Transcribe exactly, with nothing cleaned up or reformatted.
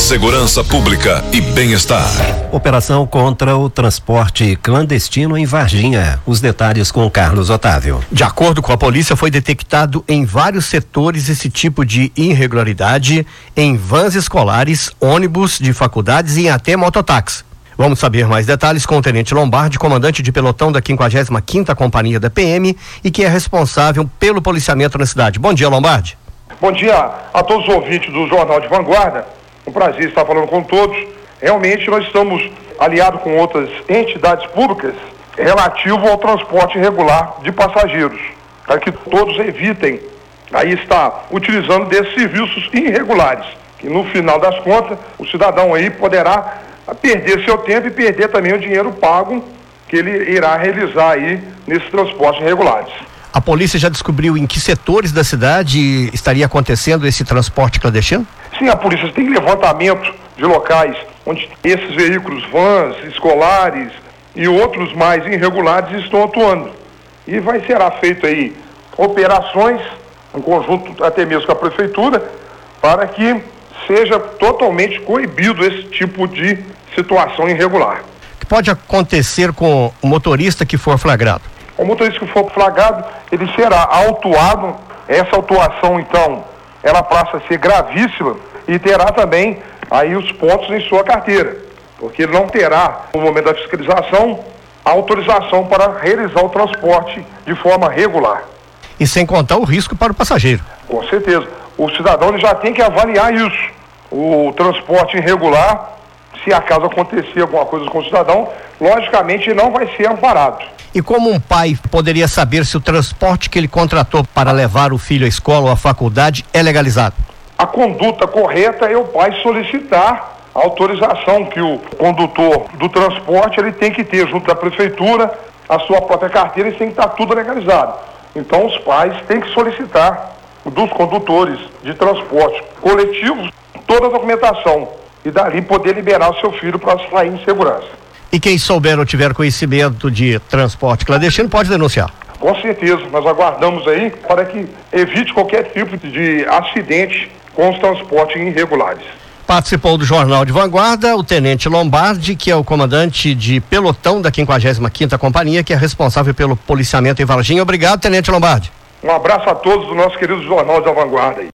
Segurança Pública e Bem-Estar. Operação contra o transporte clandestino em Varginha. Os detalhes com Carlos Otávio. De acordo com a polícia, foi detectado em vários setores esse tipo de irregularidade em vans escolares, ônibus de faculdades e até mototáxi. Vamos saber mais detalhes com o Tenente Lombardi, comandante de pelotão da quinquagésima quinta Companhia da P M e que é responsável pelo policiamento na cidade. Bom dia, Lombardi. Bom dia a todos os ouvintes do Jornal de Vanguarda. Um prazer estar falando com todos. Realmente nós estamos aliados com outras entidades públicas relativo ao transporte irregular de passageiros, para que todos evitem aí estar utilizando desses serviços irregulares, que no final das contas o cidadão aí poderá perder seu tempo e perder também o dinheiro pago que ele irá realizar aí nesses transportes irregulares. A polícia já descobriu em que setores da cidade estaria acontecendo esse transporte clandestino? Sim, a polícia tem levantamento de locais onde esses veículos, vans, escolares e outros mais irregulares estão atuando. E vai será feito aí operações em conjunto até mesmo com a prefeitura para que seja totalmente coibido esse tipo de situação irregular. O que pode acontecer com o motorista que for flagrado? O motorista que for flagrado, ele será autuado. Essa autuação, então, ela passa a ser gravíssima e terá também aí os pontos em sua carteira, porque ele não terá, no momento da fiscalização, a autorização para realizar o transporte de forma regular. E sem contar o risco para o passageiro. Com certeza. O cidadão ele já tem que avaliar isso. O transporte irregular, se acaso acontecer alguma coisa com o cidadão, logicamente não vai ser amparado. E como um pai poderia saber se o transporte que ele contratou para levar o filho à escola ou à faculdade é legalizado? A conduta correta é o pai solicitar a autorização que o condutor do transporte ele tem que ter junto da prefeitura, a sua própria carteira, e tem que estar tudo legalizado. Então os pais têm que solicitar dos condutores de transporte coletivos toda a documentação e dali poder liberar o seu filho para sair em segurança. E quem souber ou tiver conhecimento de transporte clandestino pode denunciar? Com certeza, nós aguardamos aí para que evite qualquer tipo de acidente com os transportes irregulares. Participou do Jornal de Vanguarda o Tenente Lombardi, que é o comandante de pelotão da quinquagésima quinta Companhia, que é responsável pelo policiamento em Varginha. Obrigado, Tenente Lombardi. Um abraço a todos do nosso querido Jornal da Vanguarda.